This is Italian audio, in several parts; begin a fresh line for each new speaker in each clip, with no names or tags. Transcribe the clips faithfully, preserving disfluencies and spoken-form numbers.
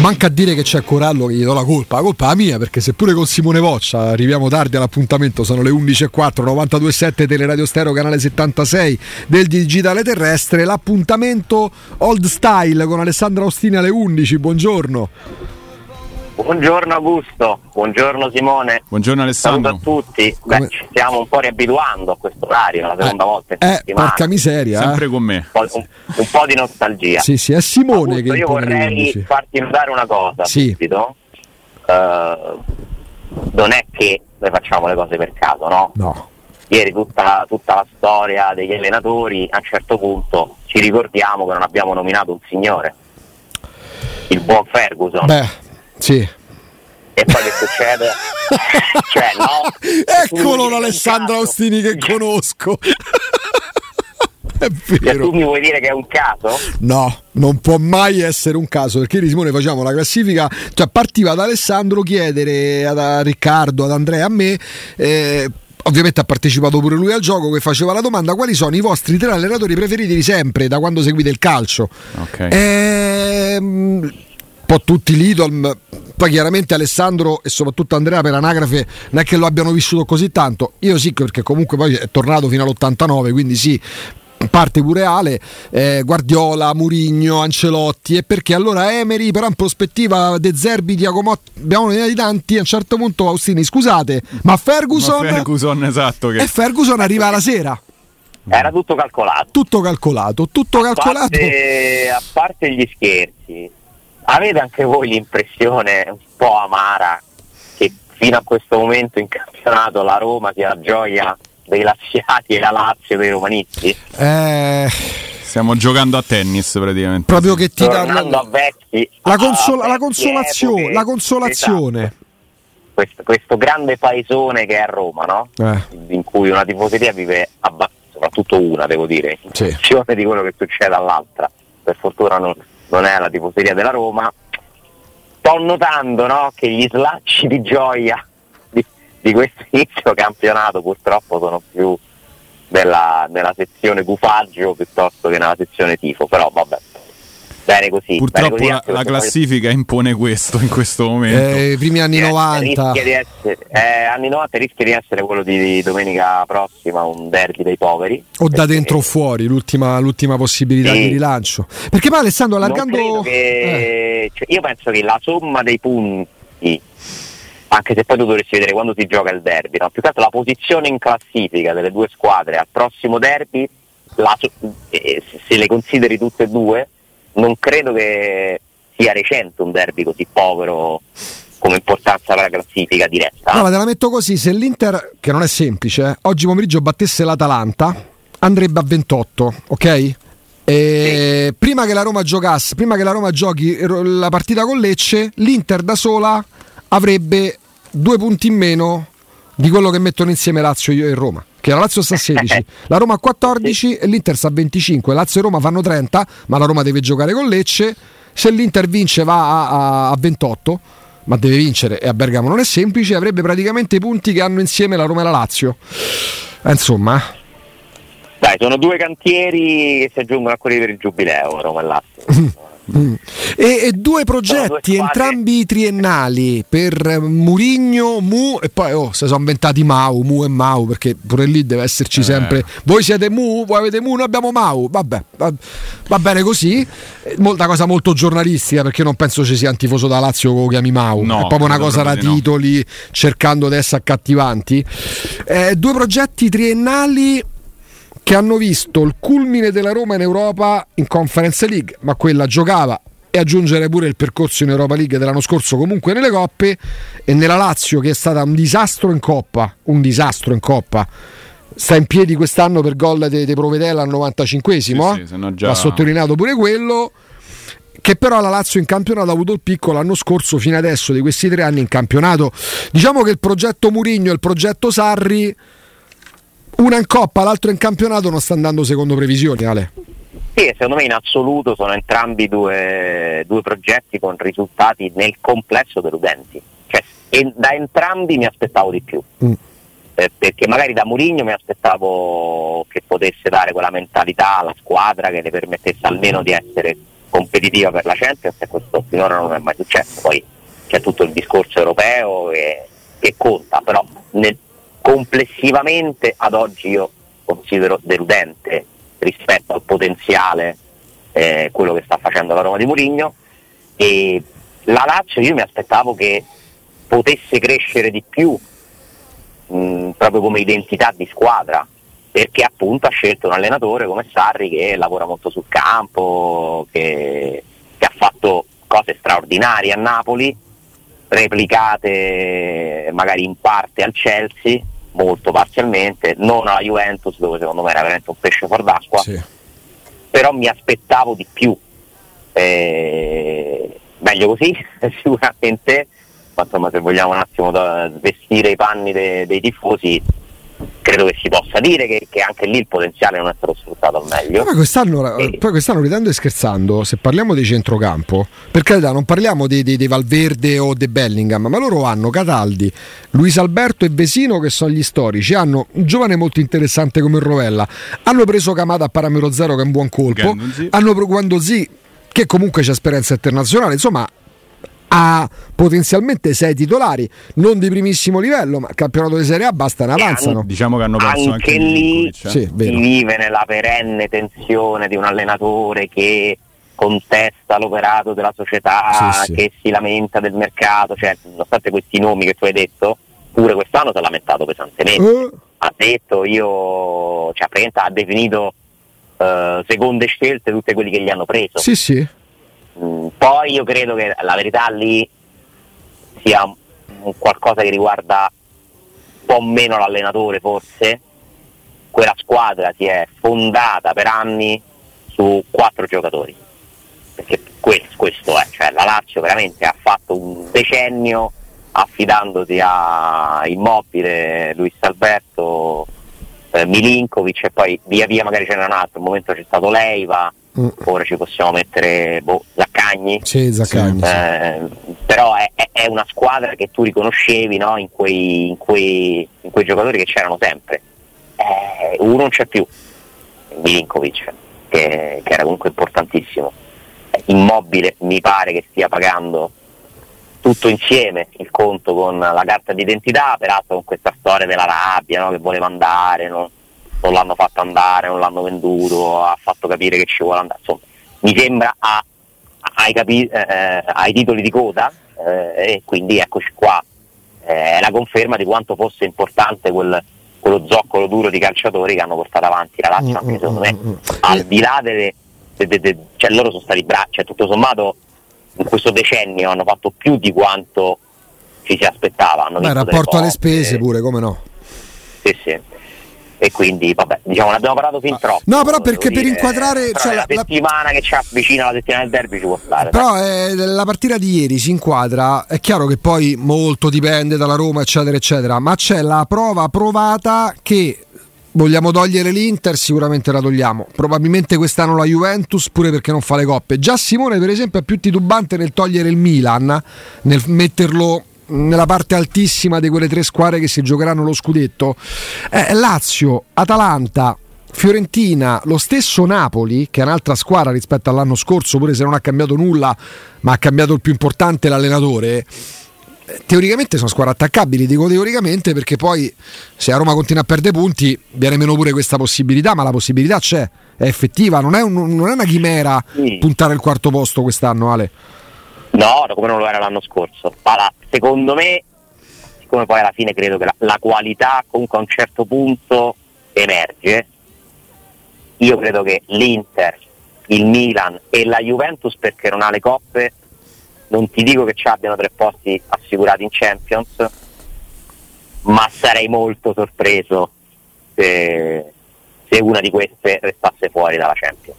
manca a dire che c'è Corallo che gli do la colpa, la colpa è la mia, perché seppure con Simone Voccia arriviamo tardi all'appuntamento, sono le undici e quattro, novantadue virgola sette Teleradio Stereo, canale settantasei del digitale terrestre, l'appuntamento old style con Alessandro Austini alle undici. Buongiorno.
Buongiorno Augusto, buongiorno Simone.
Buongiorno Alessandro.
Saluto a tutti. Beh, ci stiamo un po' riabituando a questo orario, la seconda
eh,
volta in
eh,
settimana.
Porca miseria.
Sempre
eh.
con me.
Un po', un, un po' di nostalgia.
Sì, sì, è Simone
Augusto,
che
io
impone le
vorrei
undici.
farti notare una cosa
Sì.
subito. Uh, non è che noi facciamo le cose per caso, no?
No.
Ieri tutta, tutta la storia degli allenatori, a un certo punto ci ricordiamo che non abbiamo nominato un signore, il buon Ferguson.
Beh, sì.
E poi che succede? Cioè, no?
Eccolo l'Alessandro Austini che conosco. È
Cioè,
vero.
tu mi vuoi dire che è un caso?
No, non può mai essere un caso, perché ieri Simone facciamo la classifica, cioè partiva da Alessandro chiedere ad, a Riccardo, ad Andrea, a me, eh, ovviamente ha partecipato pure lui al gioco, che faceva la domanda: quali sono i vostri tre allenatori preferiti di sempre, da quando seguite il calcio?
Ok.
Ehm, un po' tutti l'idol. Poi chiaramente Alessandro e soprattutto Andrea per anagrafe non è che lo abbiano vissuto così tanto, io sì, perché comunque poi è tornato fino all'ottantanove, quindi sì, parte pure Ale, eh, Guardiola, Mourinho, Ancelotti, e perché allora Emery, però in prospettiva De Zerbi, Diaco, abbiamo un'idea di tanti. A un certo punto Austini, scusate, ma Ferguson,
ma Ferguson esatto che...
e Ferguson arriva la sera,
era tutto calcolato,
tutto calcolato, tutto
a
calcolato.
parte, a parte gli scherzi, avete anche voi l'impressione un po' amara che fino a questo momento in campionato la Roma sia la gioia dei laziati e la Lazio dei romanisti?
Eh,
stiamo giocando a tennis praticamente.
proprio che ti dà
Tornando a vecchi,
la, consol-
a
la
vecchie
consolazione,
epoche.
la consolazione.
Esatto. Questo, questo grande paesone che è a Roma, no?
Eh.
In cui una tifoseria vive abba- soprattutto una, devo dire, in
Sì.
funzione di quello che succede all'altra. Per fortuna non, non è la tifoseria della Roma. Sto notando, no, che gli slacci di gioia di, di questo inizio campionato purtroppo sono più nella, nella sezione gufaggio piuttosto che nella sezione tifo, però vabbè. Bene così.
Purtroppo
bene così,
la, la classifica poi... impone questo in questo momento.
Eh, I primi anni novanta.
Rischia di essere, eh, anni novanta rischia di essere quello di, di domenica prossima, un derby dei poveri.
O da dentro o fuori, l'ultima, l'ultima possibilità
sì.
di rilancio. Perché poi Alessandro allargando...
Non credo che, eh. cioè, io penso che la somma dei punti, anche se poi tu dovresti vedere quando si gioca il derby, no? Più che altro la posizione in classifica delle due squadre al prossimo derby, la, eh, se le consideri tutte e due, non credo che sia recente un derby così povero come importanza per la classifica diretta.
No, ma te la metto così: se l'Inter, che non è semplice, eh, oggi pomeriggio battesse l'Atalanta, andrebbe a ventotto, ok? E sì. prima che la Roma giocasse, prima che la Roma giochi la partita con Lecce, l'Inter da sola avrebbe due punti in meno di quello che mettono insieme Lazio e Roma, che la Lazio sta a sedici, la Roma a quattordici e l'Inter sta a venticinque. Lazio e Roma fanno trenta, ma la Roma deve giocare con Lecce. Se l'Inter vince va a, a, a ventotto, ma deve vincere e a Bergamo non è semplice, avrebbe praticamente i punti che hanno insieme la Roma e la Lazio. Eh, insomma,
dai, sono due cantieri che si aggiungono a quelli per il Giubileo, Roma e Lazio.
Mm. E, e due progetti entrambi triennali per Mourinho, Mu, e poi oh, si sono inventati Mau, Mu e Mau, perché pure lì deve esserci eh. sempre. Voi siete Mu, voi avete Mu, noi abbiamo Mau. Vabbè, va, va bene così. Molta cosa molto giornalistica, perché non penso ci sia un tifoso da Lazio che lo chiami Mau.
No,
è proprio una cosa da titoli, no, cercando di essere accattivanti. Eh, due progetti triennali che hanno visto il culmine della Roma in Europa in Conference League, ma quella giocava, e aggiungere pure il percorso in Europa League dell'anno scorso comunque nelle coppe, e nella Lazio che è stata un disastro in Coppa, un disastro in Coppa, sta in piedi quest'anno per gol di Provedella al novantacinquesimo,
sì, sì, già...
va sottolineato pure quello, che però la Lazio in campionato ha avuto il picco l'anno scorso fino adesso, di questi tre anni in campionato. Diciamo che il progetto Mourinho e il progetto Sarri, una in Coppa, l'altro in campionato, non sta andando secondo previsioni, Ale.
Sì, secondo me in assoluto sono entrambi due, due progetti con risultati nel complesso deludenti. Cioè, e da entrambi mi aspettavo di più. Mm. Eh, perché magari da Mourinho mi aspettavo che potesse dare quella mentalità alla squadra che le permettesse almeno di essere competitiva per la Champions, e questo finora non è mai successo. Poi c'è tutto il discorso europeo che, che conta, però nel, complessivamente ad oggi io considero deludente rispetto al potenziale eh, quello che sta facendo la Roma di Mourinho. E la Lazio io mi aspettavo che potesse crescere di più mh, proprio come identità di squadra, perché appunto ha scelto un allenatore come Sarri che lavora molto sul campo, che, che ha fatto cose straordinarie a Napoli, replicate magari in parte al Chelsea, molto parzialmente, non alla Juventus dove secondo me era veramente un pesce fuor d'acqua,
sì.
Però mi aspettavo di più, eh, meglio così sicuramente, ma insomma se vogliamo un attimo da vestire i panni de, dei tifosi, credo che si possa dire che, che anche lì il potenziale non è stato sfruttato al meglio.
Ma quest'anno, e... poi quest'anno, ridendo e scherzando, se parliamo di centrocampo, per carità non parliamo dei, dei, dei Valverde o dei Bellingham, ma loro hanno Cataldi, Luis Alberto e Vesino che sono gli storici, hanno un giovane molto interessante come il Rovella, hanno preso Kamada a parametro zero che è un buon colpo, Guendouzi. Hanno Guendouzi che comunque c'è esperienza internazionale, insomma ha potenzialmente sei titolari, non di primissimo livello, ma campionato di Serie A basta, ne avanzano.
An- diciamo che hanno perso
anche,
anche
lì
eh.
sì,
si vive nella perenne tensione di un allenatore che contesta l'operato della società,
sì, sì.
che si lamenta del mercato, cioè nonostante questi nomi che tu hai detto, pure quest'anno si è lamentato pesantemente. Uh. Ha detto io, cioè praticamente ha definito uh, seconde scelte tutte quelli che gli hanno preso.
Sì, sì.
Mm, poi io credo che la verità lì sia un qualcosa che riguarda un po' meno l'allenatore, forse. Quella squadra si è fondata per anni su quattro giocatori, perché questo, questo è, cioè la Lazio veramente ha fatto un decennio affidandosi a Immobile, Luis Alberto, eh, Milinkovic, e poi via via magari c'era un altro, un momento c'è stato Leiva. Mm. Ora ci possiamo mettere boh, Zaccagni,
sì, Zaccagni
eh,
sì.
Però è, è una squadra che tu riconoscevi, no? in, quei, in, quei, in quei giocatori che c'erano sempre. Eh, uno non c'è più, Milinkovic, che, che era comunque importantissimo. Immobile mi pare che stia pagando tutto insieme il conto con la carta d'identità, peraltro con questa storia della rabbia, no? Che voleva andare, no? Non l'hanno fatto andare, non l'hanno venduto, ha fatto capire che ci vuole andare, insomma mi sembra a, ai, capi, eh, ai titoli di coda, eh, e quindi eccoci qua, è eh, la conferma di quanto fosse importante quel, quello zoccolo duro di calciatori che hanno portato avanti la Lazio, anche secondo me, al di là delle, de, de, de, cioè loro sono stati bravi, cioè tutto sommato in questo decennio hanno fatto più di quanto ci si aspettava. Hanno
Beh,
vinto
rapporto alle
coppe,
spese pure, come no?
Sì, sì. E quindi vabbè, diciamo ne abbiamo parlato fin troppo.
No, però perché per
dire,
inquadrare
però
cioè,
la, la settimana che ci avvicina la settimana del derby ci può stare.
Però eh, la partita di ieri si inquadra, è chiaro che poi molto dipende dalla Roma eccetera eccetera, ma c'è la prova provata che vogliamo togliere l'Inter, sicuramente la togliamo, probabilmente quest'anno la Juventus pure perché non fa le coppe. Già Simone per esempio è più titubante nel togliere il Milan, nel metterlo nella parte altissima di quelle tre squadre che si giocheranno lo scudetto. eh, Lazio, Atalanta, Fiorentina, lo stesso Napoli che è un'altra squadra rispetto all'anno scorso, pure se non ha cambiato nulla ma ha cambiato il più importante, l'allenatore. Teoricamente sono squadre attaccabili, dico teoricamente perché poi se a Roma continua a perdere punti viene meno pure questa possibilità, ma la possibilità c'è, è effettiva, non è, un, non è una chimera sì. Puntare il quarto posto quest'anno, Ale.
No, come non lo era l'anno scorso. Allora, secondo me, siccome poi alla fine credo che la, la qualità comunque a un certo punto emerge, io credo che l'Inter, il Milan e la Juventus, perché non ha le coppe, non ti dico che ci abbiano tre posti assicurati in Champions, ma sarei molto sorpreso se, se una di queste restasse fuori dalla Champions.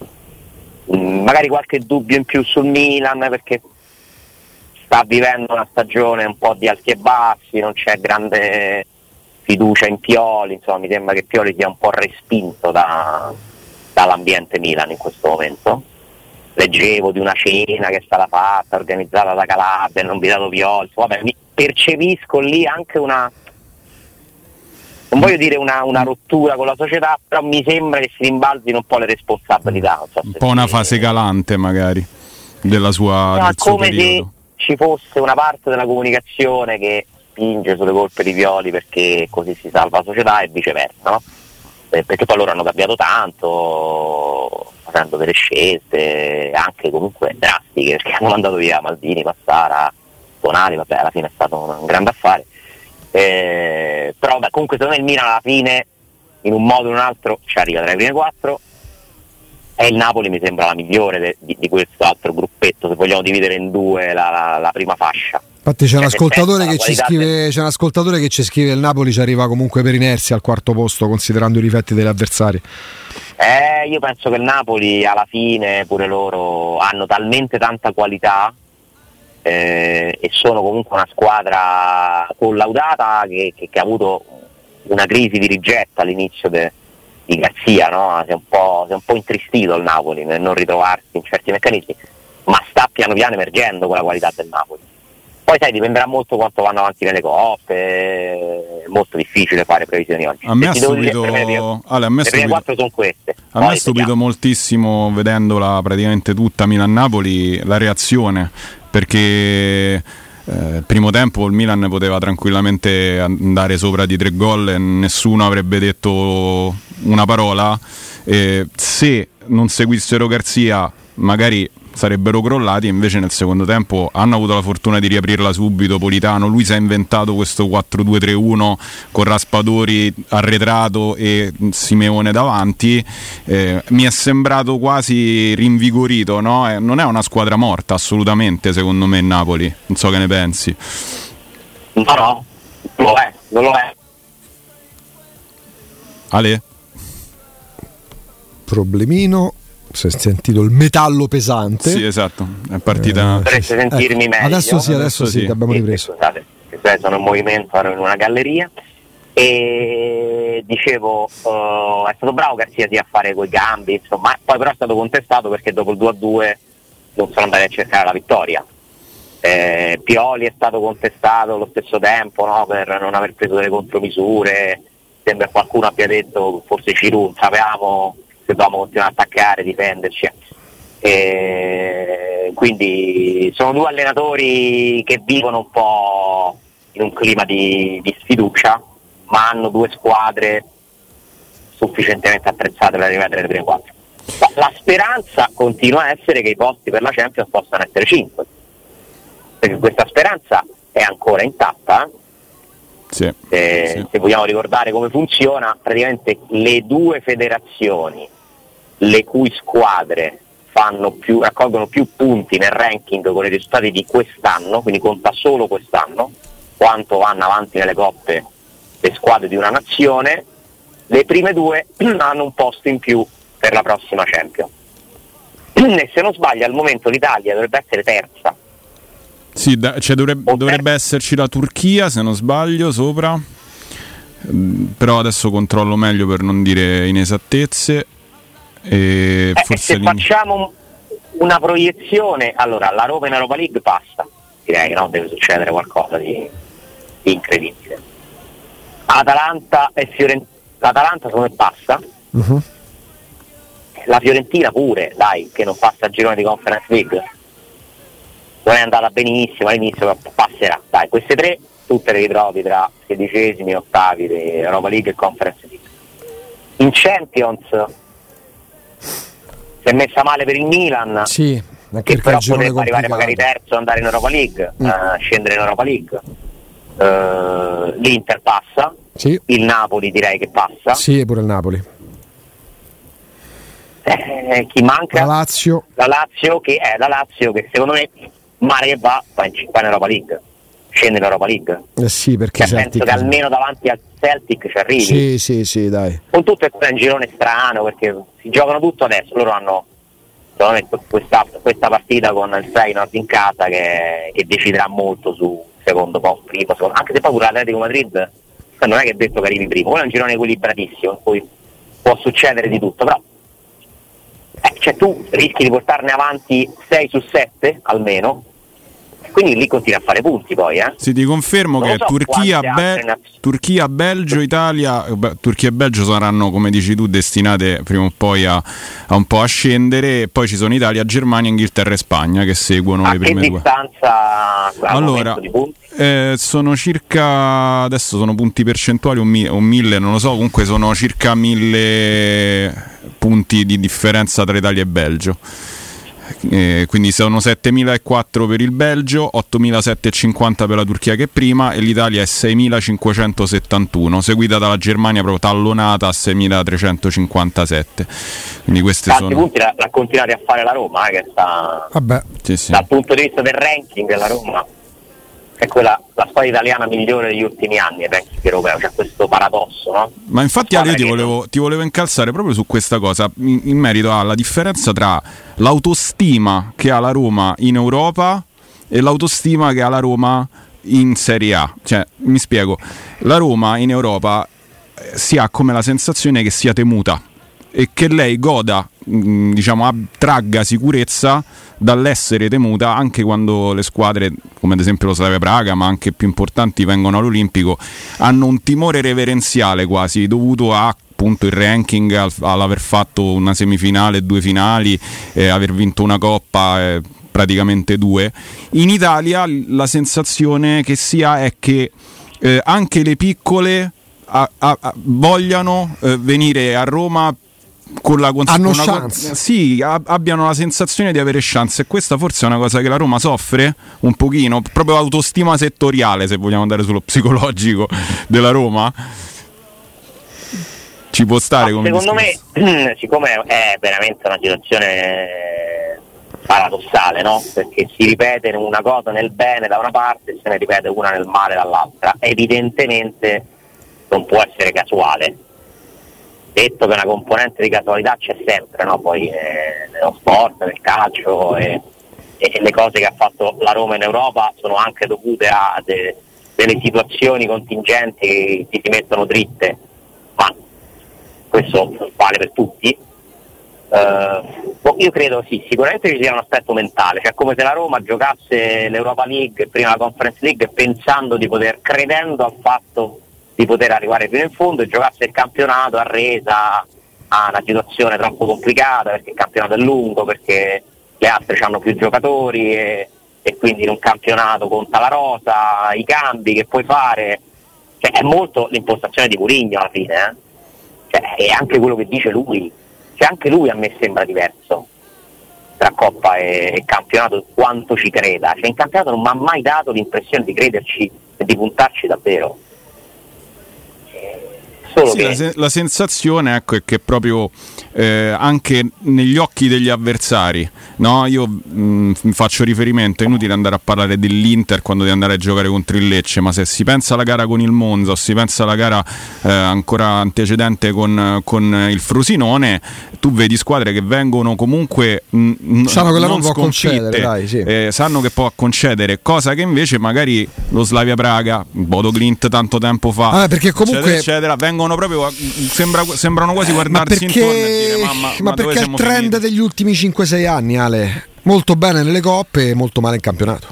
Magari qualche dubbio in più sul Milan perché sta vivendo una stagione un po' di alti e bassi, non c'è grande fiducia in Pioli, insomma mi sembra che Pioli sia un po' respinto da, dall'ambiente Milan in questo momento. Leggevo di una cena che è stata fatta, organizzata da Calabria, non invitato Pioli, vabbè, mi percepisco lì anche una non voglio dire una, una rottura con la società, però mi sembra che si rimbalzino un po' le responsabilità. Non so
un
se
po' una
si...
fase calante magari della sua
no,
del suo
come
periodo.
se ci fosse una parte della comunicazione che spinge sulle colpe di Pioli perché così si salva la società e viceversa, no? Eh, perché poi loro hanno cambiato tanto, facendo delle scelte anche comunque drastiche, perché hanno mandato via Maldini, Massara, Tonali, vabbè, alla fine è stato un, un grande affare. Eh, però beh, comunque secondo me il Milan alla fine in un modo o in un altro ci arriva tra i primi quattro e il Napoli mi sembra la migliore de, di, di questo altro gruppetto, se vogliamo dividere in due la, la, la prima fascia.
Infatti c'è,
cioè,
un ascoltatore che ci scrive,
del...
c'è un ascoltatore che ci scrive il Napoli ci arriva comunque per inerzia al quarto posto considerando i difetti degli avversari.
Eh, io penso che il Napoli alla fine pure loro hanno talmente tanta qualità eh, e sono comunque una squadra collaudata che, che, che ha avuto una crisi di rigetto all'inizio de, di Garzia, no? Si è un po', si è un po' intristito il Napoli nel non ritrovarsi in certi meccanismi, ma sta piano piano emergendo con la qualità del Napoli. Poi sai, dipenderà molto quanto vanno avanti nelle coppe, è molto difficile fare previsioni oggi.
A me ha stupito,
dire,
Ale, a me
le prime quattro sono queste.
A me ha stupito moltissimo, vedendola praticamente tutta Milan-Napoli, la reazione, perché eh, il primo tempo il Milan poteva tranquillamente andare sopra di tre gol e nessuno avrebbe detto una parola. Eh, se non seguissero Garzia magari sarebbero crollati, invece nel secondo tempo hanno avuto la fortuna di riaprirla subito. Politano, lui si è inventato questo quattro due tre uno con Raspadori arretrato e Simeone davanti, eh, mi è sembrato quasi rinvigorito, no? Eh, non è una squadra morta assolutamente, secondo me, il Napoli, non so che ne pensi.
No, no, non lo è, non lo è.
Ale? Problemino, si è sentito il metallo pesante.
Sì, esatto, è partita.
Eh, Dovreste sentirmi
ecco,
meglio.
Adesso sì, adesso, adesso sì, che abbiamo ripreso.
Scusate, scusate, sono in movimento, ero in una galleria e dicevo, uh, è stato bravo Garzia a fare quei gambi, insomma, poi però è stato contestato perché dopo il due a due non sono andati a cercare la vittoria. Eh, Pioli è stato contestato allo stesso tempo, no, per non aver preso delle contromisure. Sembra qualcuno abbia detto, forse Giroud, sapevamo che dovevamo continuare a attaccare, difenderci. E quindi sono due allenatori che vivono un po' in un clima di, di sfiducia, ma hanno due squadre sufficientemente attrezzate per arrivare alle prime quattro. La speranza continua a essere che i posti per la Champions possano essere cinque, perché questa speranza è ancora intatta.
Sì,
se,
sì.
se vogliamo ricordare come funziona, praticamente le due federazioni le cui squadre fanno più, raccolgono più punti nel ranking con i risultati di quest'anno, quindi conta solo quest'anno quanto vanno avanti nelle coppe le squadre di una nazione, le prime due hanno un posto in più per la prossima Champions. E se non sbaglio al momento l'Italia dovrebbe essere terza.
Sì, da, cioè dovrebbe, dovrebbe esserci la Turchia, se non sbaglio, sopra. Mm, però adesso controllo meglio per non dire inesattezze. E
eh,
forse
se
lì...
facciamo una proiezione, allora la Roma in Europa League passa, direi che no, deve succedere qualcosa di, di incredibile. Atalanta e Fiorentina, l'Atalanta secondo me passa. Uh-huh. La Fiorentina pure, dai, che non passa al girone di Conference League. Non è andata benissimo all'inizio, ma passerà. Dai, queste tre tutte le ritrovi tra sedicesimi e ottavi di Europa League e Conference League. In Champions si è messa male per il Milan,
sì,
che però potrebbe arrivare magari terzo e andare in Europa League, mm. uh, scendere in Europa League. Uh, L'Inter passa,
sì.
Il Napoli direi che passa.
Sì, pure il Napoli.
Eh, chi manca?
La Lazio.
La Lazio che è la Lazio che secondo me male che va, va in, va in Europa League, scende in Europa League.
Eh sì, perché
cioè, penso che almeno davanti al Celtic ci arrivi.
Sì, sì, sì, dai.
Con tutto è un girone strano perché si giocano tutto adesso, loro hanno secondo me questa, questa partita con il Feyenoord in casa che, che deciderà molto su secondo posto, primo, secondo, anche se poi pure l'Atletico Madrid non è che è detto che arrivi primo, quello è un girone equilibratissimo in cui può succedere di tutto, però Eh, cioè tu rischi di portarne avanti sei su sette almeno, quindi lì continua a fare punti poi, eh?
Sì, ti confermo
non
che
so
Turchia, Be- Turchia, Belgio, Italia, beh, Turchia e Belgio saranno, come dici tu, destinate prima o poi a, a un po' a scendere, e poi ci sono Italia, Germania, Inghilterra e Spagna che seguono
a
le prime due.
A che distanza
allora,
di punti?
Eh, sono circa, adesso sono punti percentuali o, mi, o mille, non lo so, comunque sono circa mille punti di differenza tra Italia e Belgio. Eh, quindi sono settemilaquattrocento per il Belgio, ottomilasettecentocinquanta per la Turchia che è prima, e l'Italia è seimilacinquecentosettantuno, seguita dalla Germania proprio tallonata a seimilatrecentocinquantasette. Quindi queste
tanti
sono
punti l'ha, l'ha continuato a fare la Roma, eh, che sta
Vabbè.
Sì, sì.
dal punto di vista del ranking la Roma è quella, la squadra italiana migliore degli ultimi anni, il ranking europeo, c'è questo paradosso, no?
Ma infatti Ale, io ti volevo, ti volevo incalzare proprio su questa cosa, in, in merito alla differenza tra l'autostima che ha la Roma in Europa e l'autostima che ha la Roma in Serie A. Cioè, mi spiego, la Roma in Europa eh, si ha come la sensazione che sia temuta e che lei goda, mh, diciamo, ab- tragga sicurezza dall'essere temuta anche quando le squadre come ad esempio lo Slavia Praga, ma anche più importanti, vengono all'Olimpico, hanno un timore reverenziale quasi dovuto a appunto il ranking, al, all'aver fatto una semifinale, due finali, eh, aver vinto una coppa, eh, praticamente due. In Italia la sensazione che si ha è che eh, anche le piccole a, a, a, vogliano eh, venire a Roma con la cons-
hanno
con
chance
co- sì, ab- abbiano la sensazione di avere chance, e questa forse è una cosa che la Roma soffre un pochino, proprio autostima settoriale, se vogliamo andare sullo psicologico della Roma. Ci può stare come
secondo
discorso.
me siccome è veramente una situazione paradossale, no? Perché si ripete una cosa nel bene da una parte e se ne ripete una nel male dall'altra, evidentemente non può essere casuale. Detto che una componente di casualità c'è sempre, no? Poi eh, nello sport, nel calcio, e, e le cose che ha fatto la Roma in Europa sono anche dovute a de, delle situazioni contingenti che ti si mettono dritte, ma questo vale per tutti. Uh, io credo sì, sicuramente ci sia un aspetto mentale, cioè come se la Roma giocasse l'Europa League, prima la Conference League, pensando di poter, credendo al fatto di poter arrivare fino in fondo, e giocasse il campionato a resa, a una situazione troppo complicata perché il campionato è lungo, perché le altre hanno più giocatori e, e quindi in un campionato conta la rosa, i cambi che puoi fare, cioè è molto l'impostazione di Mourinho alla fine, eh? Cioè, è anche quello che dice lui, cioè anche lui a me sembra diverso tra Coppa e, e campionato, quanto ci creda, cioè in campionato non mi ha mai dato l'impressione di crederci e di puntarci davvero. Solo
sì,
che...
la, se- la sensazione, ecco, è che proprio eh, anche negli occhi degli avversari, no? Io mh, faccio riferimento, è inutile andare a parlare dell'Inter quando devi andare a giocare contro il Lecce, ma se si pensa alla gara con il Monza o si pensa alla gara eh, ancora antecedente con, con il Frosinone, tu vedi squadre che vengono comunque mh,
sanno che la
non
può
sconfitte,
concedere, dai, sì.
eh, sanno che può concedere, cosa che invece magari lo Slavia Praga, Bodo Glimt tanto tempo fa,
ah, perché comunque
eccetera, eccetera, vengono proprio sembra, sembrano quasi guardarsi
ma perché,
intorno e dire mamma,
ma
ma
perché è il trend
finiti?
degli ultimi cinque sei anni, Ale, molto bene nelle coppe e molto male in campionato.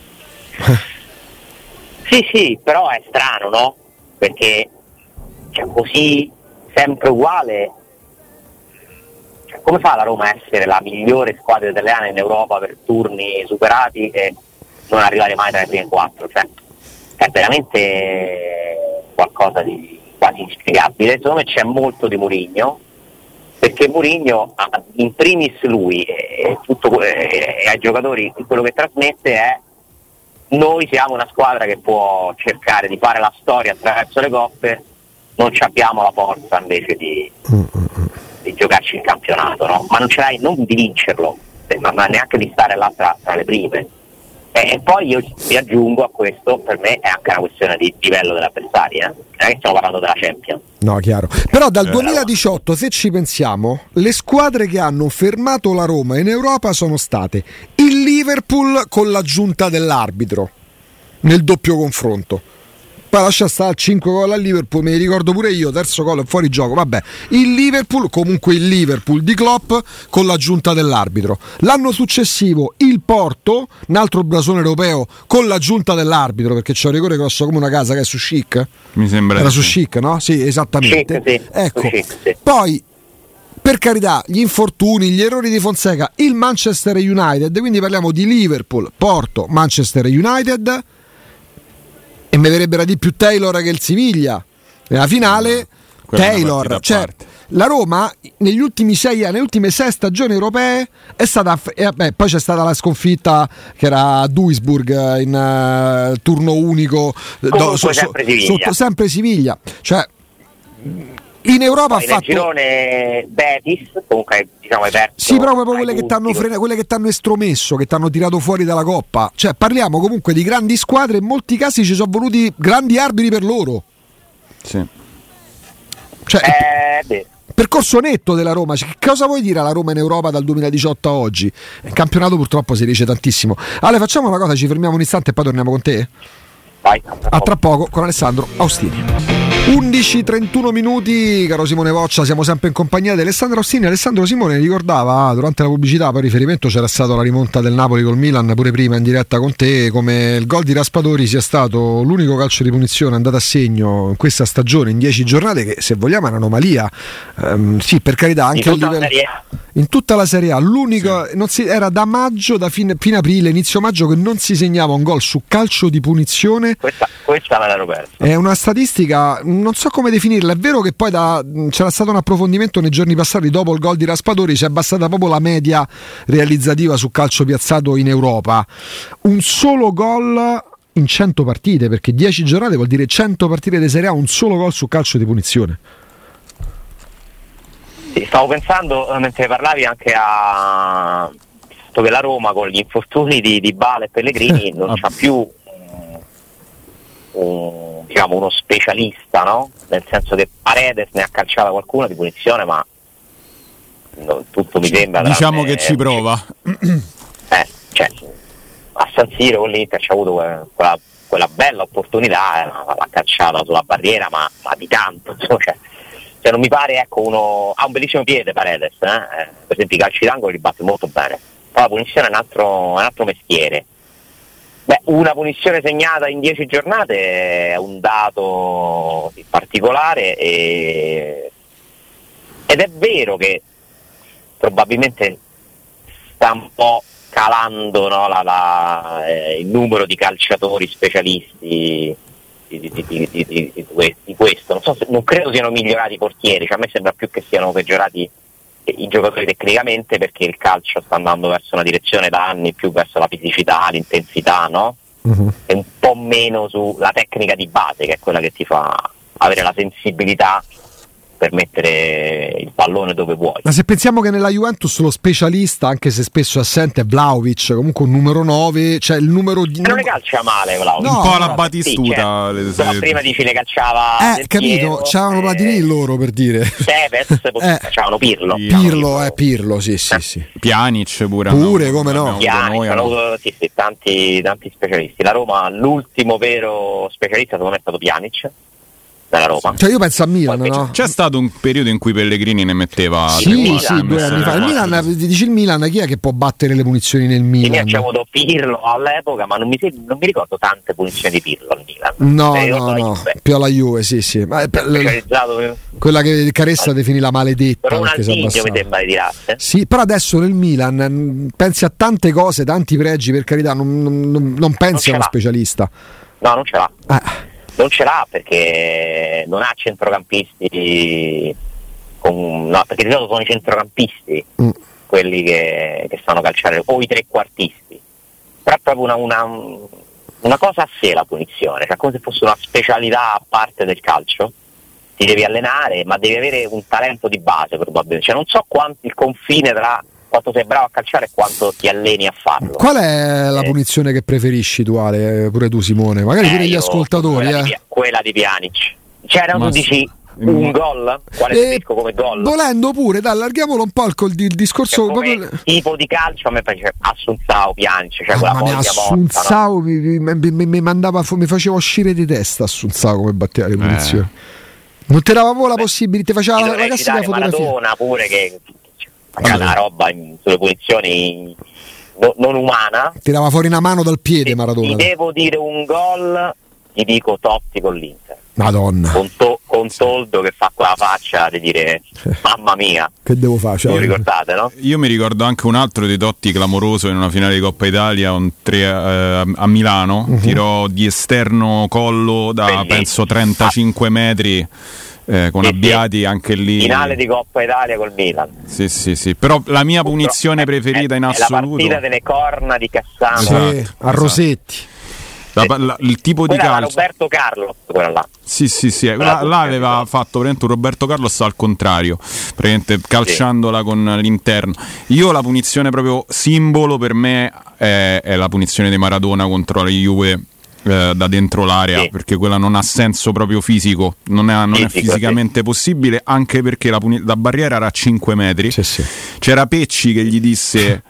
Sì, sì, però è strano, no? Perché cioè, così sempre uguale, cioè, come fa la Roma a essere la migliore squadra italiana in Europa per turni superati e non arrivare mai tra le prime quattro? Cioè, è veramente qualcosa di quasi inspiegabile. Secondo me c'è molto di Mourinho, perché Mourinho, in primis lui e, tutto, e ai giocatori, quello che trasmette è: noi siamo una squadra che può cercare di fare la storia attraverso le coppe, non ci abbiamo la forza invece di, di giocarci il campionato, no? Ma non ce l'hai, non di vincerlo, ma, ma neanche di stare là tra, tra le prime. E, e poi io vi aggiungo a questo, per me è anche una questione di livello dell'avversario, eh? Non è che stiamo parlando della Champions.
No, chiaro. Però dal duemiladiciotto, se ci pensiamo, le squadre che hanno fermato la Roma in Europa sono state il Liverpool con l'aggiunta dell'arbitro nel doppio confronto, Poi lascia stare cinque gol al Liverpool, me li ricordo pure io, terzo gol fuori gioco, vabbè. Il Liverpool, comunque il Liverpool di Klopp con l'aggiunta dell'arbitro. L'anno successivo il Porto, un altro blasone europeo con l'aggiunta dell'arbitro, perché c'è un rigore grosso come una casa che è su Chic.
Mi sembra.
Era su Chic, no? Sì, esattamente.
Chic, sì.
Ecco.
Chic, sì.
Poi per carità, gli infortuni, gli errori di Fonseca, il Manchester United, quindi parliamo di Liverpool, Porto, Manchester United. E mi verrebbero di più Taylor che il Siviglia nella finale. No, Taylor, cioè la Roma negli ultimi sei anni, nelle ultime sei stagioni europee è stata, e vabbè, poi c'è stata la sconfitta che era a Duisburg in uh, turno unico, do, so,
sempre, Siviglia.
Sotto, sempre Siviglia, cioè in Europa
poi
ha fatto
il girone Betis, comunque diciamo è perso.
Sì, però proprio quelle che t'hanno frena, quelle che t'hanno estromesso, che t'hanno tirato fuori dalla Coppa. Cioè, parliamo comunque di grandi squadre, in molti casi ci sono voluti grandi arbitri per loro.
Sì.
Cioè,
eh, beh.
percorso netto della Roma. Cioè, che cosa vuoi dire alla Roma in Europa dal duemiladiciotto a oggi? Il campionato purtroppo si dice tantissimo. Ale, facciamo una cosa, ci fermiamo un istante e poi torniamo con te?
Vai,
a tra poco con Alessandro Austini. undici e trentuno minuti, caro Simone Voccia, siamo sempre in compagnia di Alessandro Austini. Alessandro Simone ricordava durante la pubblicità, per riferimento c'era stata la rimonta del Napoli col Milan pure prima in diretta con te, come il gol di Raspadori sia stato l'unico calcio di punizione andato a segno in questa stagione in dieci giornate, che se vogliamo è un'anomalia. Um, sì, per carità, anche a livello in tutta la Serie A, l'unico sì. non si, era da maggio, da fine, fine aprile, inizio maggio che non si segnava un gol su calcio di punizione.
Questa, questa me l'ero persa.
È una statistica, non so come definirla. È vero che poi da, c'era stato un approfondimento nei giorni passati dopo il gol di Raspadori, si è abbassata proprio la media realizzativa su calcio piazzato in Europa. Un solo gol in cento partite, perché dieci giornate vuol dire cento partite di Serie A, un solo gol su calcio di punizione.
Sì, stavo pensando mentre parlavi anche a che la Roma con gli infortuni di Dybala e Pellegrini non c'ha più un, diciamo uno specialista, no? Nel senso che Paredes ne ha calciata qualcuna di punizione, ma no, tutto mi sembra
diciamo
tranne,
che ci prova.
Eh, cioè, a San Siro con l'Inter c'ha avuto quella, quella bella opportunità, eh, l'ha calciata sulla barriera, ma, ma di tanto, insomma, cioè, cioè non mi pare, ecco, uno ha un bellissimo piede Paredes, eh? Eh, per esempio i calci d'angolo li batte molto bene, però la punizione è un altro, è un altro mestiere. Beh, una punizione segnata in dieci giornate è un dato particolare e... ed è vero che probabilmente sta un po' calando, no, la, la, eh, il numero di calciatori specialisti Di, di, di, di, di, di questo. Non so se, non credo siano migliorati i portieri, cioè a me sembra più che siano peggiorati i giocatori tecnicamente, perché il calcio sta andando verso una direzione da anni più verso la fisicità, l'intensità, no? Uh-huh. E un po' meno sulla tecnica di base, che è quella che ti fa avere la sensibilità per mettere il pallone dove vuoi.
Ma se pensiamo che nella Juventus lo specialista, anche se spesso assente, è Vlahovic, comunque un numero nove, cioè il numero di...
non le calcia male Vlahovic.
No, un po'
no,
la Batistuta.
Sì, cioè, le... prima dici le calciava
eh, capito, c'avevano Platini eh, loro, per dire.
Tevez, eh, calciavano Pirlo.
Pirlo, Pirlo, eh, Pirlo, sì, sì, sì.
Pjanic pure.
Pure, no, come no.
Pjanic, hanno avuto, sì, sì, tanti, tanti specialisti. La Roma, l'ultimo vero specialista secondo me è stato Pjanic. Dalla Roma.
Cioè io penso a Milan, no?
C'è stato un periodo in cui Pellegrini ne metteva
sì, sì, due anni fa. Il Milan, dici il Milan, chi è che può battere le punizioni nel Milan?
C'è avuto Pirlo all'epoca, ma non mi, non mi ricordo tante punizioni di Pirlo al Milan.
No, eh, no, no, più alla Juve, sì, sì. Ma per, le, quella che Caressa definì la maledetta.
Però un Altigno mi sembra di tirasse.
Sì, però adesso nel Milan pensi a tante cose, tanti pregi, per carità, non, non, non pensi
non
a uno specialista.
No, non ce l'ha.
Eh.
Non ce l'ha perché non ha centrocampisti con, no, perché di solito sono i centrocampisti mm. quelli che, che sanno calciare, o i trequartisti, però è proprio una, una, una cosa a sé la punizione, cioè come se fosse una specialità a parte del calcio. Ti devi allenare, ma devi avere un talento di base probabilmente, cioè non so quanto il confine tra quanto sei bravo a calciare e quanto ti alleni a farlo.
Qual è la eh. punizione che preferisci tu, Ale? Pure tu, Simone? Magari
eh,
pure gli ascoltatori.
Quella,
eh.
di, quella di Pjanic. Cioè, no, tu dici, un gol? Quale
Eh,
preferisco come gol?
Volendo pure, dai, allarghiamolo un po' il, col- il discorso.
Cioè, come
proprio-
tipo di calcio a me piace Assunzao piange, cioè quella
Mamma mia,
voglia morta, no?
Assunzao mi, mi- mi- mi mandava, fu- mi faceva uscire di testa Assunzao come batteva le punizioni. Non ti dava la possibilità, ti faceva
Ti
la, la
dovrei
classica
citare
fotografia.
Maradona pure che faceva
Vabbè.
una roba in, sulle punizioni no- non umana.
Tirava fuori una mano dal piede
Se
Maradona.
ti devo dire un gol, ti dico Totti con l'Inter.
Madonna.
Con, to- con Toldo che fa quella faccia di dire mamma mia,
Che devo fare? Cioè,
lo ricordate, no?
Io mi ricordo anche un altro di Totti clamoroso in una finale di Coppa Italia un tre, eh, a Milano,
uh-huh.
tirò di esterno collo da
Bellissimo.
penso trentacinque metri. Eh, con
Sì,
Abbiati
sì.
anche lì.
Finale di Coppa Italia col Milan.
Sì, sì, sì. Però la mia punizione preferita in
È la
assoluto.
partita delle corna di Cassano.
sì,
Esatto,
a Rosetti.
La- la- il tipo di
Quella era
calcio.
Roberto Carlos, quella là.
Sì, sì, sì.
Quella
Là,
tutta
là
di
aveva
Totti.
fatto praticamente un Roberto Carlos al contrario, praticamente calciandola con l'interno. Io la punizione proprio simbolo per me è, è la punizione di Maradona contro la Juve. Eh, da dentro l'area,
Sì.
perché quella non ha senso proprio fisico, non è, non è
Fisico,
fisicamente possibile, anche perché la, puni- la barriera era a cinque metri.
Sì, sì.
C'era Pecci che gli disse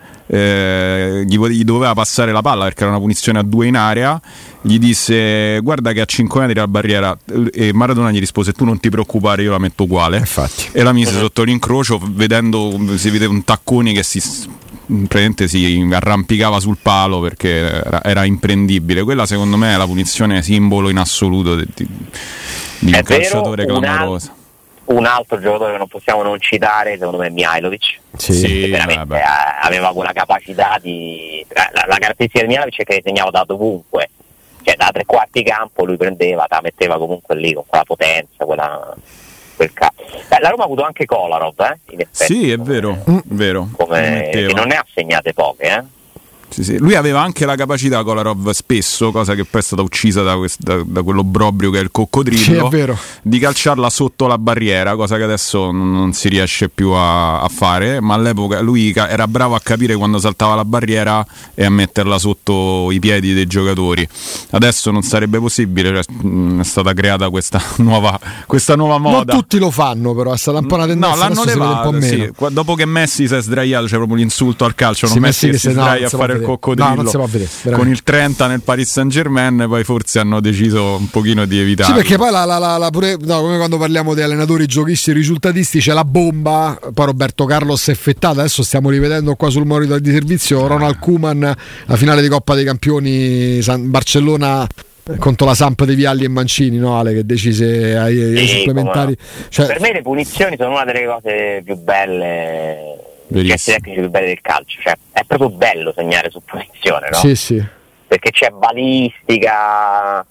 eh, gli, vo- gli doveva passare la palla perché era una punizione a due in area, gli disse guarda che a cinque metri la barriera, e Maradona gli rispose tu non ti preoccupare, io la metto uguale.
Infatti.
E la mise sotto l'incrocio, vedendo, si vede un Tacconi che si praticamente si arrampicava sul palo perché era, era imprendibile. Quella secondo me è la punizione simbolo in assoluto di, di, di un
È vero,
calciatore
un
clamoroso.
Un altro giocatore che non possiamo non citare, secondo me, è Mihajlovic.
Sì.
Sì,
Che veramente
vabbè.
eh, aveva quella capacità di. La, la caratteristica di Mihajlovic è che segnava da dovunque, cioè da tre quarti campo lui prendeva, la metteva comunque lì con quella potenza, quella. Quel ca- Beh, la Roma ha avuto anche Kolarov, eh, in effetti,
Sì, è
come-
vero, vero.
come-
Metteva.
che non ne ha segnate poche, eh.
Sì, sì. Lui aveva anche la capacità, Kolarov, spesso, cosa che poi è stata uccisa da, quest- da, da quell'obbrobrio che è il coccodrillo,
Sì, è vero.
di calciarla sotto la barriera, cosa che adesso non, non si riesce più a, a fare, ma all'epoca lui ca- era bravo a capire quando saltava la barriera e a metterla sotto i piedi dei giocatori. Adesso non sarebbe possibile, cioè, mh, è stata creata questa nuova, questa nuova moda.
Non tutti lo fanno, però è stata un po' una tendenza.
No, l'hanno
adesso si vede un po'
levata,
meno.
sì. Qua- dopo che Messi si è sdraiato, c'è proprio l'insulto al calcio,
Sì,
non Messi che
Messi
si
che se- no,
sdraia
non
a
si può
fare il
vedere.
coccodrillo
No, non si può vedere, veramente.
con il trenta nel Paris Saint Germain, poi forse hanno deciso un pochino di evitare.
Sì, perché poi la, la, la, la pure, no, come quando parliamo di allenatori, giochisti, risultatisti, c'è la bomba. Poi Roberto Carlos è effettato. Adesso stiamo rivedendo qua sul monitor di servizio Ronald Koeman, la finale di Coppa dei Campioni San Barcellona contro la Samp di Vialli e Mancini, no Ale, che decise ai, ai
Sì,
supplementari.
come no.
Cioè,
Per me le punizioni sono una delle cose più belle, gli
Verissimo.
tecnici più belli del calcio, cioè è proprio bello segnare su punizione, no?
sì, sì.
Perché c'è balistica,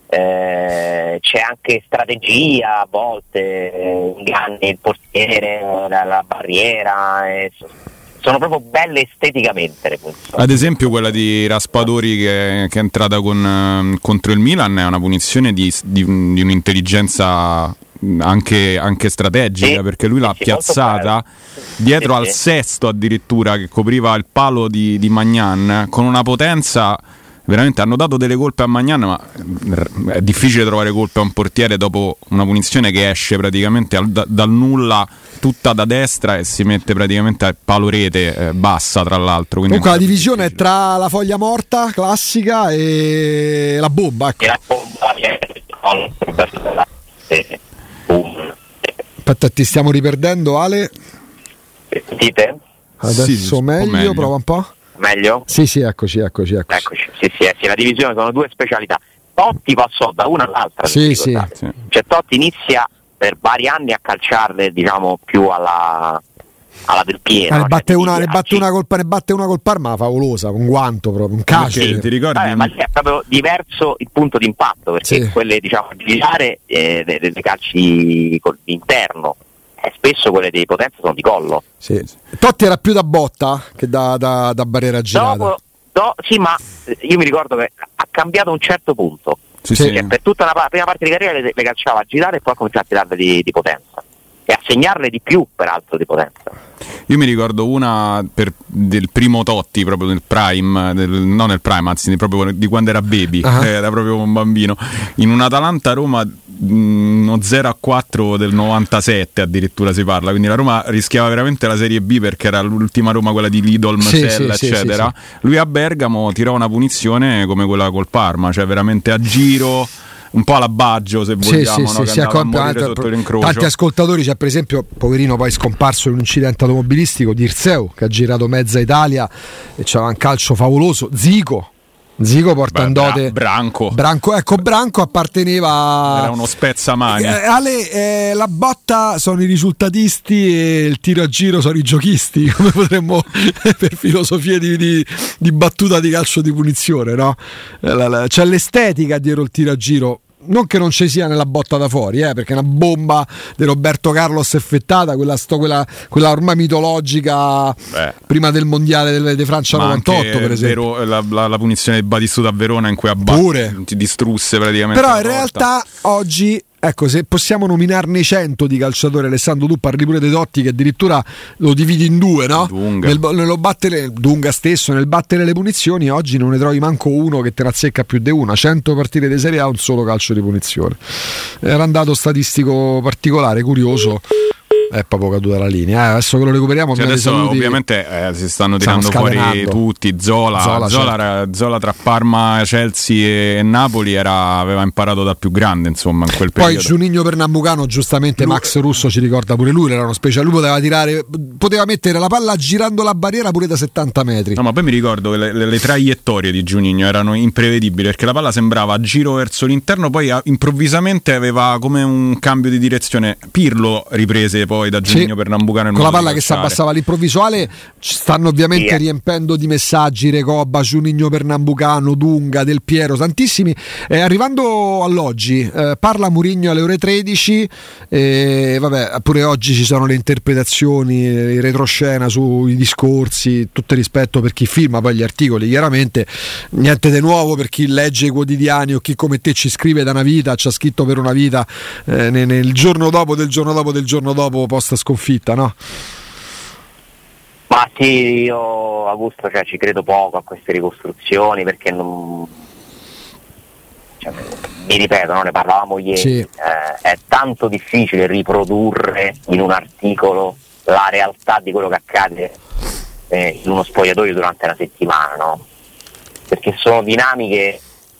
eh, c'è anche strategia a volte, eh, inganni il portiere, la, la barriera, eh, sono proprio belle esteticamente le punizioni.
Ad esempio quella di Raspadori che, che è entrata con, eh, contro il Milan è una punizione di, di, di un'intelligenza anche, anche strategica,
Sì,
perché lui l'ha
sì, sì, molto
piazzata dietro
Sì,
al
sì.
sesto addirittura, che copriva il palo di, di Magnan, con una potenza. Veramente hanno dato delle colpe a Magnan, ma è difficile trovare colpe a un portiere dopo una punizione che esce praticamente al- da- dal nulla, tutta da destra, e si mette praticamente al palo rete, eh, bassa tra l'altro. quindi
Comunque la
è
divisione è
difficile.
tra la foglia morta classica e la bomba. Ecco.
E la bomba viene sì. Boom.
Aspetta, ti stiamo riperdendo, Ale.
Sentite?
Adesso
Sì, sì, un po'
meglio,
meglio.
prova un po'.
Meglio?
Sì, sì, eccoci, eccoci, eccoci.
Eccoci, sì, sì, eh, sì, la divisione sono due specialità. Totti passò da una all'altra.
Sì,
vi
sì.
ricordate?
Sì.
Cioè Totti inizia per vari anni a calciarle, diciamo, più alla, alla del pieno.
Ah, ne
no?
batte,
Cioè,
una, ne,
di-
batte una colpa, ne batte una col Parma favolosa, con guanto proprio, un calcio.
Perché ti ricordi?
Vabbè, ma lì è proprio diverso il punto di impatto, perché
Sì.
quelle, diciamo, girare eh, dei, dei calci col- d'interno, e spesso quelle di potenza sono di collo.
Sì. Totti era più da botta che da, da, da barriera girata.
Dopo, do- sì, ma io mi ricordo che ha cambiato a un certo punto.
Sì,
Sì.
sì.
Cioè, per tutta la pa- prima parte di carriera le, le calciava a girare e poi ha cominciato a tirarle di, di potenza e a segnarle di più, peraltro, di potenza.
Io mi ricordo una per, del primo Totti, proprio nel prime, del, non nel prime, anzi proprio di quando era baby,
Ah.
era proprio un bambino, in un Atalanta-Roma uno zero a quattro del novantasette addirittura si parla, quindi la Roma rischiava veramente la Serie B perché era l'ultima Roma, quella di Lidl,
Sì,
Msella,
sì,
eccetera.
sì, sì.
Lui a Bergamo tirò una punizione come quella col Parma, cioè veramente a giro, un po' alla Baggio se vogliamo,
sì,
no?
sì,
Che
sì,
andava a morire
tanti,
sotto l'incrocio.
tanti ascoltatori, c'è per esempio poverino poi scomparso in un incidente automobilistico Dirseu che ha girato mezza Italia e c'era un calcio favoloso. Zico Zico porta
Beh,
in dote
Bra- Branco.
Branco, ecco, Branco apparteneva,
era uno spezzamani.
eh, Ale, eh, la botta sono i risultatisti e il tiro a giro sono i giochisti, come potremmo per filosofie di, di, di battuta di calcio di punizione, no? Eh, la, la, c'è l'estetica dietro il tiro a giro. Non che non ci sia nella botta da fuori, eh, perché una bomba di Roberto Carlos effettata, quella, sto, quella, quella ormai mitologica. Beh, prima del mondiale del, di Francia novantotto, per esempio.
Vero, la, la, la punizione di Batistuta a Verona in cui abbatte, ti distrusse praticamente.
Però in realtà oggi, ecco, se possiamo nominarne cento di calciatori, Alessandro, tu parli pure dei Totti che addirittura lo dividi in due, no?
Dunga.
Nel, nello battere, Dunga stesso, nel battere le punizioni, oggi non ne trovi manco uno che te ne azzecca più di una. cento partite di Serie A, un solo calcio di punizione. Era un dato statistico particolare, curioso. È proprio caduta la linea. Eh, adesso che lo recuperiamo,
cioè adesso saluti, ovviamente eh, si stanno tirando fuori tutti. Zola, Zola, Zola, certo. Zola tra Parma, Chelsea e Napoli era, aveva imparato dal più grande, insomma, in quel periodo.
Poi Juninho Pernambucano, giustamente lui, Max Russo ci ricorda pure lui, era uno speciale, lui poteva tirare, poteva mettere la palla girando la barriera pure da settanta metri.
No, ma poi mi ricordo che le, le, le traiettorie di Juninho erano imprevedibili perché la palla sembrava a giro verso l'interno, poi a, improvvisamente aveva come un cambio di direzione. Pirlo riprese poi da Juninho sì, Pernambucano
con la palla che si abbassava all'improvvisuale. Ci stanno ovviamente yeah. riempendo di messaggi Recoba, Juninho Pernambucano, Dunga, Del Piero, tantissimi. Eh, arrivando all'oggi, eh, parla Mourinho alle ore tredici, eh, vabbè, pure oggi ci sono le interpretazioni, il retroscena sui discorsi, tutto rispetto per chi firma poi gli articoli, chiaramente niente di nuovo per chi legge i quotidiani o chi come te ci scrive da una vita, ci ha scritto per una vita, eh, nel, nel giorno dopo del giorno dopo del giorno dopo post sconfitta, no?
Ma sì, io Augusto, cioè, ci credo poco a queste ricostruzioni perché non, cioè, mi ripeto, no? Ne parlavamo ieri, sì. eh, è tanto difficile riprodurre in un articolo la realtà di quello che accade eh, in uno spogliatoio durante una settimana, no? Perché sono dinamiche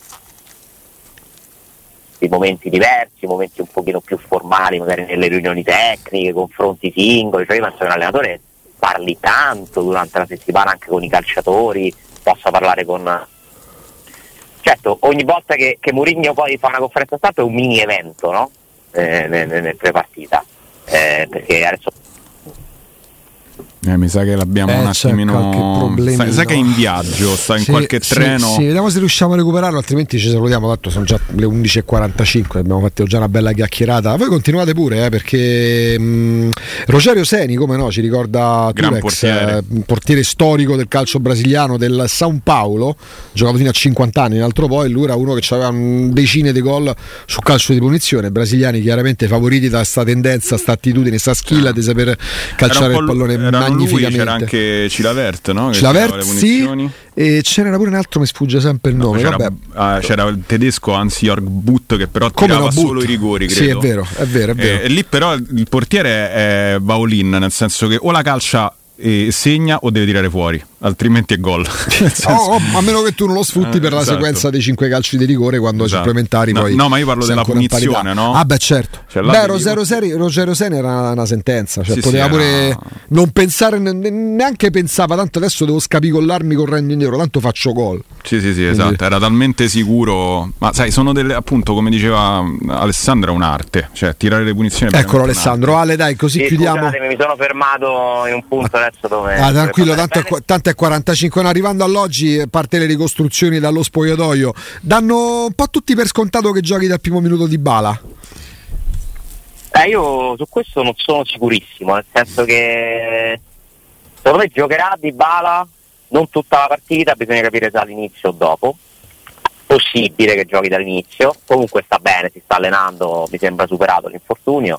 di momenti diversi, momenti un pochino più formali, magari nelle riunioni tecniche, confronti singoli, cioè io penso che un allenatore parli tanto durante la settimana anche con i calciatori, possa parlare con... Certo, ogni volta che, che Mourinho poi fa una conferenza stampa è un mini evento, no? Eh, nel, nel pre-partita, eh, perché adesso...
Eh, mi sa che l'abbiamo
eh,
un attimino. Sai, sai che è in viaggio, sta in
sì,
qualche
sì,
treno.
Sì, vediamo se riusciamo a recuperarlo, altrimenti ci salutiamo. Tanto sono già le undici e quarantacinque, abbiamo fatto già una bella chiacchierata. Voi continuate pure, eh, perché mh, Rogerio Seni, come no, ci ricorda
Gran
Turex,
portiere.
Eh, portiere storico del calcio brasiliano del São Paulo, giocato fino a cinquanta anni, un altro poi, lui era uno che aveva decine di gol su calcio di punizione. Brasiliani chiaramente favoriti da sta tendenza, sta attitudine, sta skill di saper calciare il pallone magnificamente.
Lui, c'era anche Cilavert, no? Che
Cilavert, sì, e c'era pure un altro, mi sfugge sempre il nome.
No, c'era,
vabbè.
Ah, c'era il tedesco Hans-Jörg Butt che però
Come
tirava
no,
solo
Butt.
i rigori, credo.
Sì, è vero, è vero, è vero.
E, e lì però il portiere è Baulin, nel senso che o la calcia e segna o deve tirare fuori, altrimenti è gol.
oh, oh, a meno che tu non lo sfrutti eh, per la esatto. sequenza dei cinque calci di rigore quando esatto. supplementari
no,
poi
no, ma io parlo della punizione, no?
Ah beh, certo.
Cioè,
beh, Rogerio Seni, Rogerio Seni era una, una sentenza, cioè
sì,
poteva
sì,
pure
era...
non pensare, neanche pensava tanto adesso devo scapicollarmi correndo indietro, tanto faccio gol.
Sì, sì, sì, esatto, quindi... era talmente sicuro. Ma sai, sono delle, appunto, come diceva Alessandro, è un'arte, cioè tirare le punizioni.
Eccolo Alessandro, Ale, dai, così
sì,
chiudiamo.
Scusatemi, mi sono fermato in un punto adesso dove
Ah, tranquillo, tanto è, tanto è quarantacinque. Arrivando all'oggi, parte le ricostruzioni dallo spogliatoio, danno un po' tutti per scontato che giochi dal primo minuto di Bala.
Eh, io su questo non sono sicurissimo, nel senso che secondo me giocherà Dybala non tutta la partita, bisogna capire se all'inizio o dopo. Possibile che giochi dall'inizio, comunque sta bene, si sta allenando, mi sembra superato l'infortunio.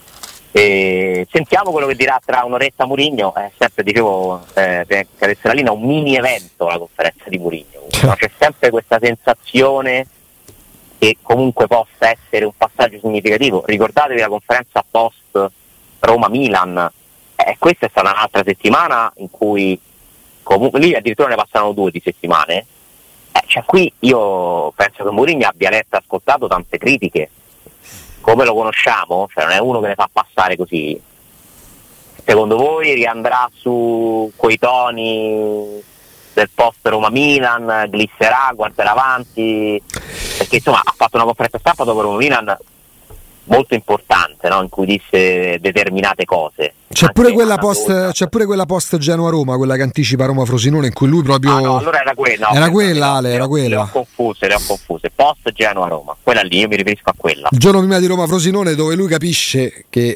E sentiamo quello che dirà tra un'oretta Mourinho. Eh, sempre dicevo, eh, per cadesse la linea, un mini evento la conferenza di Mourinho, no? C'è sempre questa sensazione che comunque possa essere un passaggio significativo. Ricordatevi la conferenza post Roma-Milan, eh, questa è stata un'altra settimana in cui comunque lì addirittura ne passano due di settimane, eh, cioè qui io penso che Mourinho abbia letto e ascoltato tante critiche, come lo conosciamo, cioè non è uno che ne fa passare così. Secondo voi riandrà su quei toni del post Roma-Milan, glisserà, guarderà avanti, perché insomma ha fatto una conferenza stampa dopo Roma-Milan molto importante, no? In cui disse determinate cose.
C'è pure, quella post, c'è pure quella post Genoa-Roma, quella che anticipa Roma-Frosinone, in cui lui proprio...
Ah, no, allora era quella.
No, era quella, Ale, era quella.
Le ho confuse, le ho confuse. Post Genoa-Roma, quella lì, io mi riferisco a quella.
Il giorno prima di Roma-Frosinone, dove lui capisce che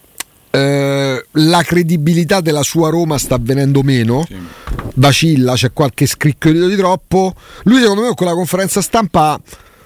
eh, la credibilità della sua Roma sta avvenendo meno, sì. Vacilla, c'è qualche scricchiolio di troppo. Lui secondo me con la conferenza stampa,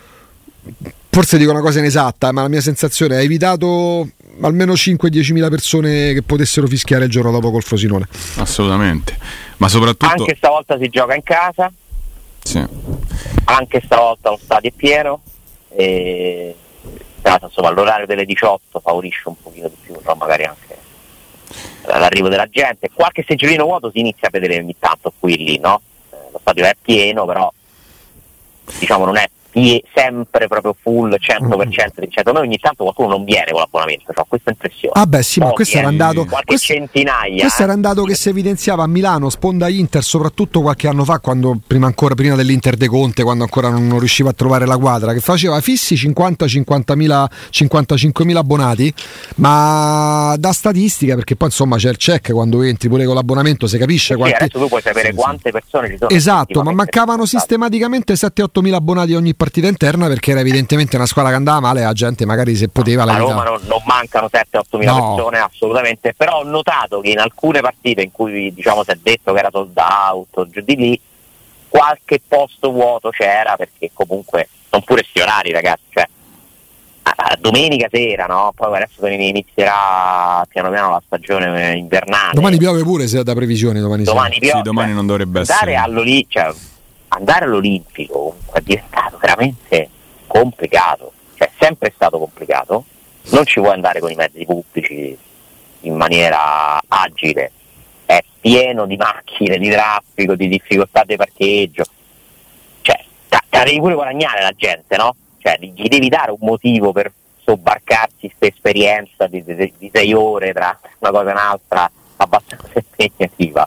forse dico una cosa inesatta, ma la mia sensazione ha evitato almeno cinque dieci mila persone che potessero fischiare il giorno dopo col Frosinone.
Assolutamente, ma soprattutto
anche stavolta si gioca in casa,
sì.
Anche stavolta lo stadio è pieno e insomma l'orario delle diciotto favorisce un pochino di più, no? Magari anche l'arrivo della gente, qualche seggiolino vuoto si inizia a vedere ogni tanto qui e lì, no? Lo stadio è pieno, però diciamo non è sempre proprio full cento per cento, secondo me ogni tanto qualcuno non viene con l'abbonamento, ho questa impressione.
Ah beh sì, ma questo era andato
qualche
questo,
centinaia
questo
eh.
era andato che si evidenziava a Milano, sponda Inter, soprattutto qualche anno fa, quando prima ancora prima dell'Inter de Conte, quando ancora non, non riusciva a trovare la quadra, che faceva fissi cinquanta cinquantamila cinquantacinquemila abbonati, ma da statistica, perché poi insomma c'è il check quando entri pure con l'abbonamento, si capisce
sì,
quanti...
adesso tu puoi sapere
sì,
quante
sì.
persone ci sono.
Esatto, ma mancavano sistematicamente sette otto mila abbonati ogni partita interna, perché era evidentemente una squadra che andava male, la gente magari se poteva la
a Roma non, non mancano sette otto mila
no.
persone assolutamente, però ho notato che in alcune partite in cui diciamo si è detto che era sold out giù di lì, qualche posto vuoto c'era, perché comunque sono pure sti ragazzi, cioè a domenica sera, no? Poi adesso inizierà piano piano la stagione invernale.
Domani piove pure, se da previsione domani,
domani
sera.
piove,
sì, domani
cioè,
non dovrebbe
andare
essere
all'Oli- cioè, andare all'Olimpico è diventato veramente complicato, cioè è sempre stato complicato, non ci puoi andare con i mezzi pubblici in maniera agile, è pieno di macchine, di traffico, di difficoltà di parcheggio, cioè te la devi pure guadagnare la gente, no? Cioè gli devi dare un motivo per sobbarcarsi questa esperienza di, di, di sei ore tra una cosa e un'altra abbastanza impegnativa.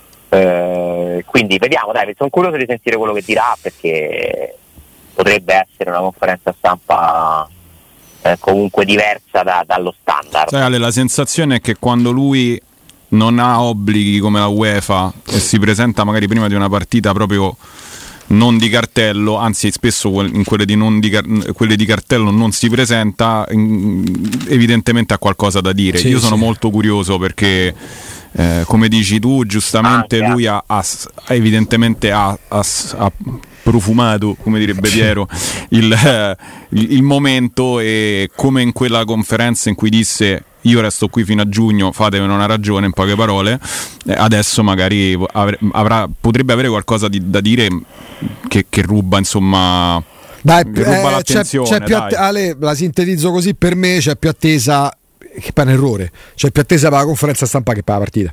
Eh, quindi vediamo, dai, sono curioso di sentire quello che dirà, perché potrebbe essere una conferenza stampa eh, comunque diversa da, dallo standard.
Sai, Ale, la sensazione è che quando lui non ha obblighi come la UEFA e si presenta magari prima di una partita proprio non di cartello, anzi spesso in quelle di, non di, car- quelle di cartello non si presenta, in, evidentemente ha qualcosa da dire.
Sì,
Io sono
sì.
molto curioso perché eh, come dici tu giustamente,
Anche,
lui ha, ha evidentemente ha, ha, ha profumato, come direbbe Piero, il, eh, il, il momento, e come in quella conferenza in cui disse io resto qui fino a giugno, fatevene una ragione, in poche parole, eh, adesso magari avre, avrà, potrebbe avere qualcosa di, da dire che, che ruba, insomma,
dai,
che ruba
eh,
l'attenzione.
C'è, c'è più att- Ale, la sintetizzo così, per me c'è più attesa, che poi è un errore, c'è più attesa per la conferenza stampa che per la partita.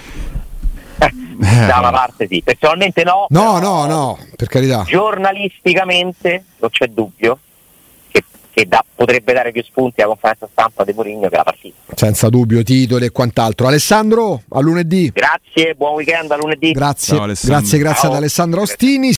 Da una parte sì, personalmente no.
No, no, no, per carità.
Giornalisticamente non c'è dubbio che, che da, potrebbe dare più spunti alla conferenza stampa di Mourinho che la partita.
Senza dubbio, titoli e quant'altro. Alessandro, a lunedì.
Grazie, buon weekend, a lunedì.
Grazie,
Ciao, Alessandro.
grazie, grazie
Ciao.
ad Alessandro Ostini.